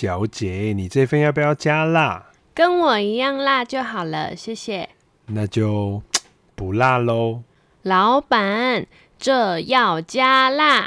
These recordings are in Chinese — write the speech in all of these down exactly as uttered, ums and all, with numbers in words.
小姐，你这份要不要加辣？ 跟我一样辣就好了，谢谢。 那就不辣咯。 老板，这要加辣。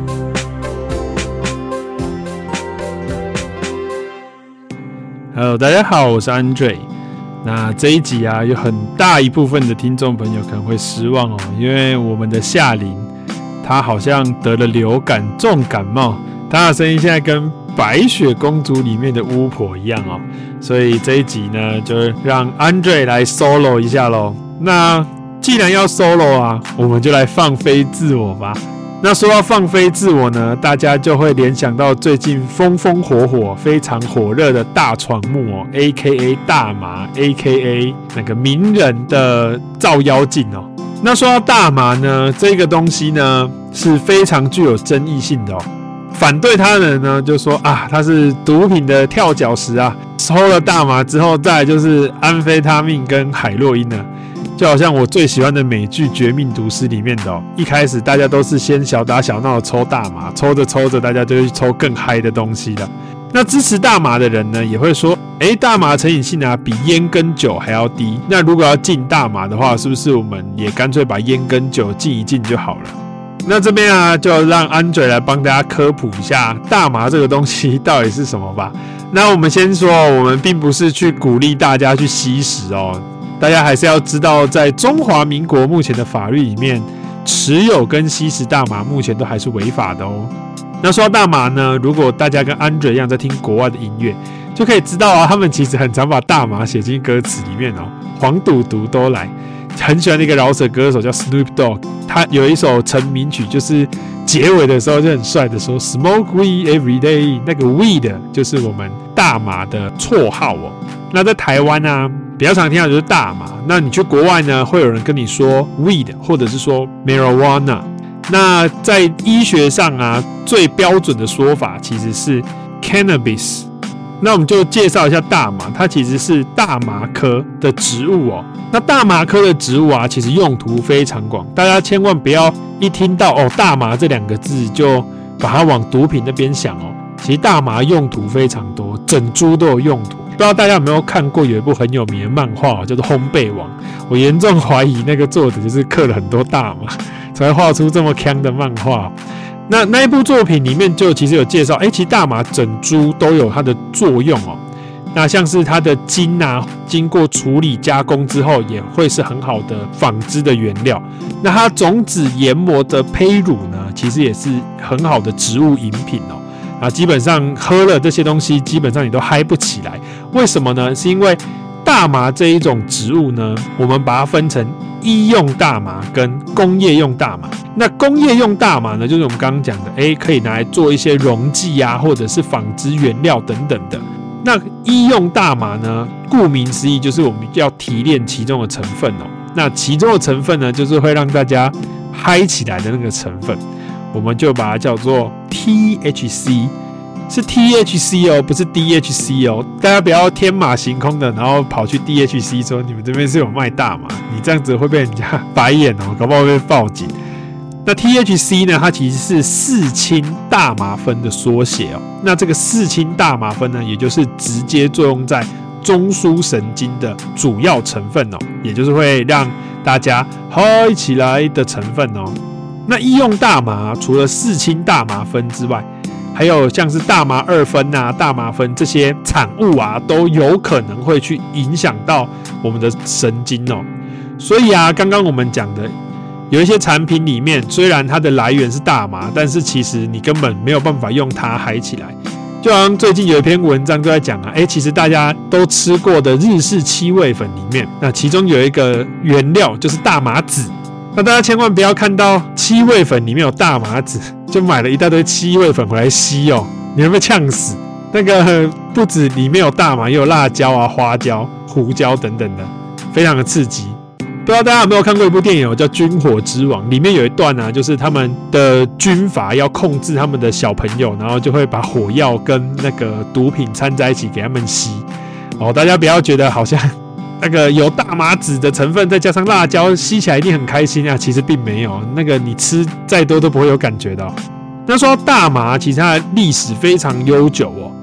Hello， 大家好，我是 Andre。那这一集啊，有很大一部分的听众朋友可能会失望哦，因为我们的夏琳她好像得了流感，重感冒，她的声音现在跟白雪公主里面的巫婆一样哦，所以这一集呢，就让 Andre 来 solo 一下咯。那既然要 solo 啊，我们就来放飞自我吧。那说到放飞自我呢，大家就会联想到最近风风火火、非常火热的大床木哦 ，A K A 大麻 ，A K A 那个名人的照妖镜哦。那说到大麻呢，这个东西呢是非常具有争议性的哦。反对他的人呢就说啊，它是毒品的跳脚石啊，抽了大麻之后，再来就是安非他命跟海洛因呢。就好像我最喜欢的美剧《绝命毒师》里面的哦，一开始大家都是先小打小闹的抽大麻，抽着抽着大家就去抽更嗨的东西了。那支持大麻的人呢，也会说，哎，大麻成瘾性啊比烟跟酒还要低。那如果要禁大麻的话，是不是我们也干脆把烟跟酒禁一禁就好了？那这边啊，就让 Andre 来帮大家科普一下大麻这个东西到底是什么吧。那我们先说，我们并不是去鼓励大家去吸食哦。大家还是要知道，在中华民国目前的法律里面，持有跟吸食大麻目前都还是违法的哦。那说到大麻呢，如果大家跟 Andre 一样在听国外的音乐，就可以知道啊，他们其实很常把大麻写进歌词里面哦。黄赌毒都来，很喜欢的一个饶舌歌手叫 Snoop Dogg， 他有一首成名曲，就是结尾的时候就很帅的说 Smoke weed every day， 那个 weed 就是我们大麻的绰号哦。那在台湾啊，比较常听到就是大麻。那你去国外呢，会有人跟你说 weed， 或者是说 marijuana。那在医学上啊，最标准的说法其实是 cannabis。那我们就介绍一下大麻，它其实是大麻科的植物哦。那大麻科的植物啊，其实用途非常广，大家千万不要一听到哦大麻这两个字就把它往毒品那边想哦。其实大麻用途非常多，整株都有用途。不知道大家有没有看过有一部很有名的漫画叫做《烘焙王》，我严重怀疑那个作者就是嗑了很多大麻才会画出这么强的漫画。那那一部作品里面就其实有介绍，哎，其实大麻整株都有它的作用哦。那像是它的茎啊，经过处理加工之后，也会是很好的纺织的原料。那它种子研磨的胚乳呢，其实也是很好的植物饮品哦。啊，基本上喝了这些东西，基本上你都嗨不起来。为什么呢？是因为大麻这一种植物呢，我们把它分成医用大麻跟工业用大麻。那工业用大麻呢，就是我们刚刚讲的，哎，可以拿来做一些溶剂啊，或者是纺织原料等等的。那医用大麻呢，顾名思义，就是我们要提炼其中的成分哦。那其中的成分呢，就是会让大家嗨起来的那个成分。我们就把它叫做 T H C， 是 T H C 哦，不是 D H C 哦。大家不要天马行空的，然后跑去 D H C 说你们这边是有卖大麻，你这样子会被人家白眼哦，搞不好会被报警。那 T H C 呢，它其实是四氢大麻酚的缩写哦。那这个四氢大麻酚呢，也就是直接作用在中枢神经的主要成分哦，也就是会让大家嗨起来的成分哦。那医用大麻除了四氢大麻酚之外，还有像是大麻二酚啊、大麻酚这些产物啊，都有可能会去影响到我们的神经哦。所以啊，刚刚我们讲的有一些产品里面，虽然它的来源是大麻，但是其实你根本没有办法用它嗨起来。就好像最近有一篇文章就在讲啊，哎，其实大家都吃过的日式七味粉里面，那其中有一个原料就是大麻籽。那大家千万不要看到七味粉里面有大麻籽，就买了一大堆七味粉回来吸哦，你会被呛死。那个不止里面有大麻，也有辣椒啊、花椒、胡椒等等的，非常的刺激。不知道大家有没有看过一部电影叫《军火之王》，里面有一段啊，就是他们的军阀要控制他们的小朋友，然后就会把火药跟那个毒品掺在一起给他们吸。哦，大家不要觉得好像那个有大麻籽的成分，再加上辣椒，吸起来一定很开心啊！其实并没有，那个你吃再多都不会有感觉到。那说到大麻，其实它的历史非常悠久哦。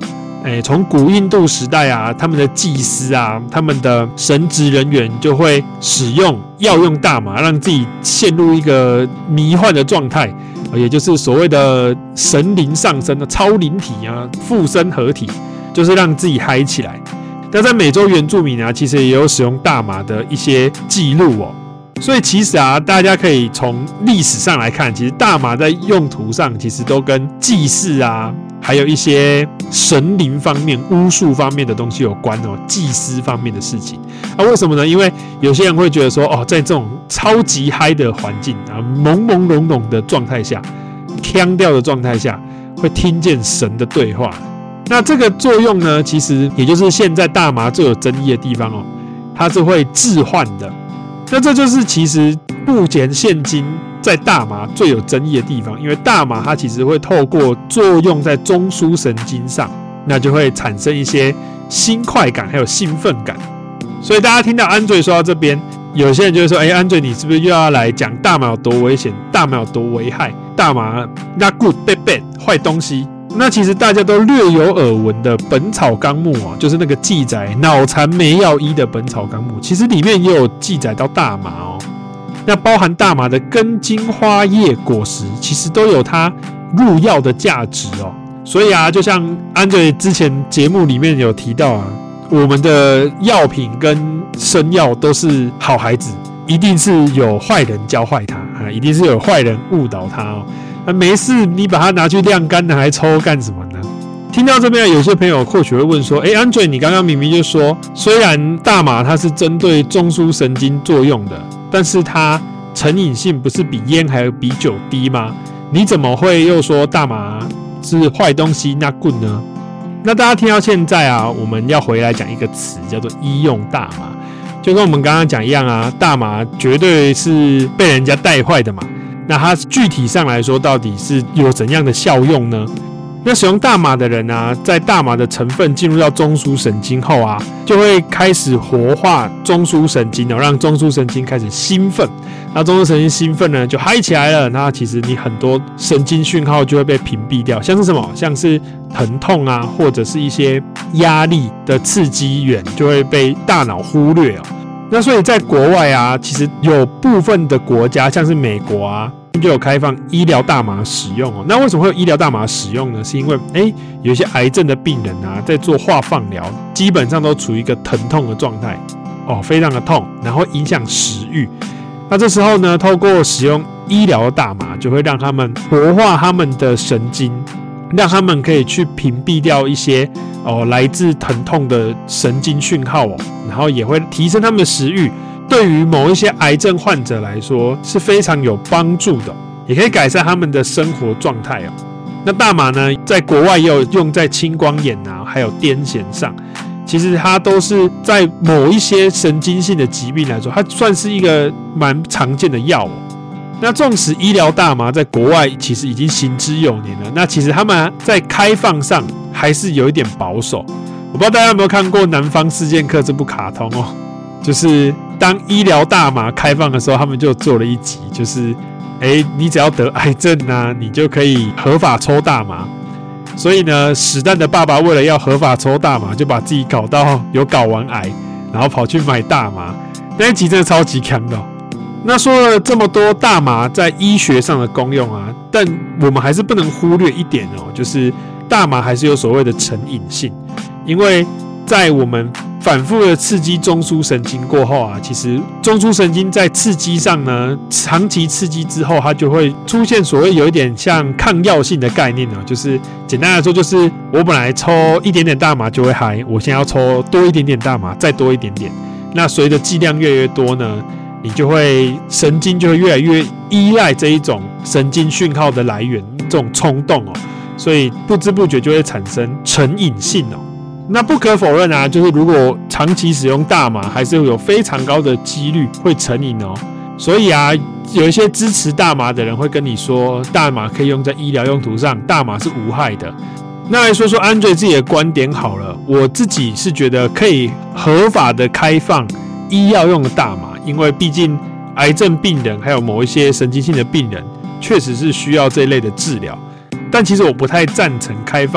哎，从古印度时代啊，他们的祭司啊，他们的神职人员就会使用药用大麻，让自己陷入一个迷幻的状态，也就是所谓的神灵上升的超灵体啊，附身合体，就是让自己嗨起来。但在美洲原住民啊，其实也有使用大麻的一些记录哦。所以其实啊，大家可以从历史上来看，其实大麻在用途上其实都跟祭祀啊，还有一些神灵方面、巫术方面的东西有关哦，祭司方面的事情。啊，为什么呢？因为有些人会觉得说，哦，在这种超级嗨的环境啊，朦朦胧胧的状态下，腔调的状态下，会听见神的对话。那这个作用呢，其实也就是现在大麻最有争议的地方哦，它是会致幻的。那这就是其实目前现今在大麻最有争议的地方，因为大麻它其实会透过作用在中枢神经上，那就会产生一些新快感还有兴奋感。所以大家听到安嘴说到这边，有些人就会说，哎，安嘴你是不是又要来讲大麻有多危险，大麻有多危害，大麻 not good bad bad 坏东西？那其实大家都略有耳闻的《本草纲目》啊，就是那个记载脑残梅药医的《本草纲目》，其实里面也有记载到大麻哦。那包含大麻的根、茎、花叶、果实，其实都有它入药的价值哦。所以啊，就像安瑞之前节目里面有提到啊，我们的药品跟生药都是好孩子，一定是有坏人教坏他啊，一定是有坏人误导他哦。啊，没事，你把它拿去晾干拿来抽干什么呢？听到这边，有些朋友或许会问说：“哎，安嘴，你刚刚明明就说，虽然大麻它是针对中枢神经作用的，但是它成瘾性不是比烟还有比酒低吗？你怎么会又说大麻是坏东西 not good 呢？”那大家听到现在啊，我们要回来讲一个词，叫做医用大麻，就跟我们刚刚讲一样啊，大麻绝对是被人家带坏的嘛。那它具体上来说，到底是有怎样的效用呢？那使用大麻的人啊，在大麻的成分进入到中枢神经后啊，就会开始活化中枢神经哦，让中枢神经开始兴奋。那中枢神经兴奋呢，就嗨起来了。那其实你很多神经讯号就会被屏蔽掉，像是什么？像是疼痛啊，或者是一些压力的刺激源，就会被大脑忽略哦。那所以在国外啊，其实有部分的国家，像是美国啊，就有开放医疗大麻使用哦。那为什么会有医疗大麻使用呢？是因为哎，有一些癌症的病人啊，在做化放疗，基本上都处于一个疼痛的状态哦，非常的痛，然后影响食欲。那这时候呢，透过使用医疗的大麻，就会让他们活化他们的神经，让他们可以去屏蔽掉一些哦来自疼痛的神经讯号哦，然后也会提升他们的食欲。对于某一些癌症患者来说是非常有帮助的，也可以改善他们的生活状态哦。那大麻呢，在国外也有用在青光眼啊，还有癫痫上。其实它都是在某一些神经性的疾病来说，它算是一个蛮常见的药哦。那纵使医疗大麻在国外其实已经行之有年了，那其实他们在开放上还是有一点保守。我不知道大家有没有看过《南方四剑客》这部卡通哦，就是当医疗大麻开放的时候，他们就做了一集，就是哎，你只要得癌症啊，你就可以合法抽大麻。所以呢，史丹的爸爸为了要合法抽大麻，就把自己搞到有睾丸癌，然后跑去买大麻。那一集真的超级强的哦。那说了这么多大麻在医学上的功用啊，但我们还是不能忽略一点哦，就是大麻还是有所谓的成瘾性，因为在我们反复的刺激中枢神经过后啊，其实中枢神经在刺激上呢，长期刺激之后，它就会出现所谓有一点像抗药性的概念哦，就是简单来说，就是我本来抽一点点大麻就会嗨，我现在要抽多一点点大麻，再多一点点，那随着剂量越来越多呢，你就会神经就会越来越依赖这一种神经讯号的来源，这种冲动哦，所以不知不觉就会产生成瘾性哦。那不可否认啊，就是如果长期使用大麻，还是有非常高的几率会成瘾哦。所以啊，有一些支持大麻的人会跟你说，大麻可以用在医疗用途上，大麻是无害的。那来说说安瑞自己的观点好了，我自己是觉得可以合法的开放医药用的大麻，因为毕竟癌症病人还有某一些神经性的病人，确实是需要这一类的治疗。但其实我不太赞成开放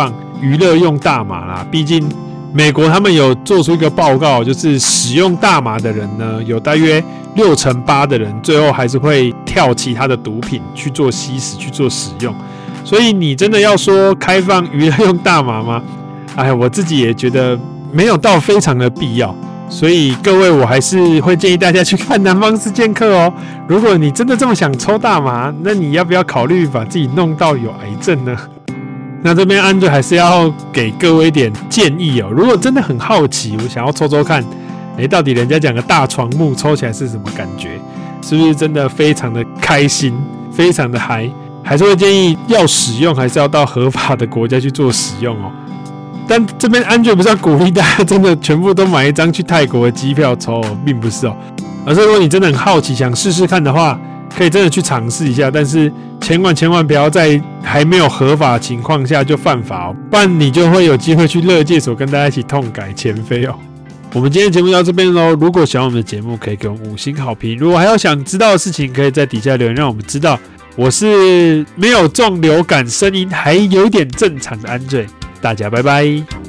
娱乐用大麻啦，毕竟美国他们有做出一个报告，就是使用大麻的人呢，有大约六成八的人最后还是会跳其他的毒品去做吸食、去做使用。所以你真的要说开放娱乐用大麻吗？哎，我自己也觉得没有到非常的必要。所以各位，我还是会建议大家去看《南方四剑客》哦。如果你真的这么想抽大麻，那你要不要考虑把自己弄到有癌症呢？那这边Andre还是要给各位一点建议哦。如果真的很好奇，我想要抽抽看，哎，到底人家讲的大床木抽起来是什么感觉？是不是真的非常的开心，非常的嗨？还是会建议要使用，还是要到合法的国家去做使用哦。但这边Andre不是要鼓励大家真的全部都买一张去泰国的机票抽哦，并不是哦。而是如果你真的很好奇，想试试看的话，可以真的去尝试一下，但是千万千万不要在还没有合法的情况下就犯法哦，不然你就会有机会去勒戒所跟大家一起痛改前非哦。我们今天的节目到这边咯，如果喜欢我们的节目，可以给我们五星好评。如果还有想知道的事情，可以在底下留言让我们知道。我是没有中流感，声音还有点正常的Andre，大家拜拜。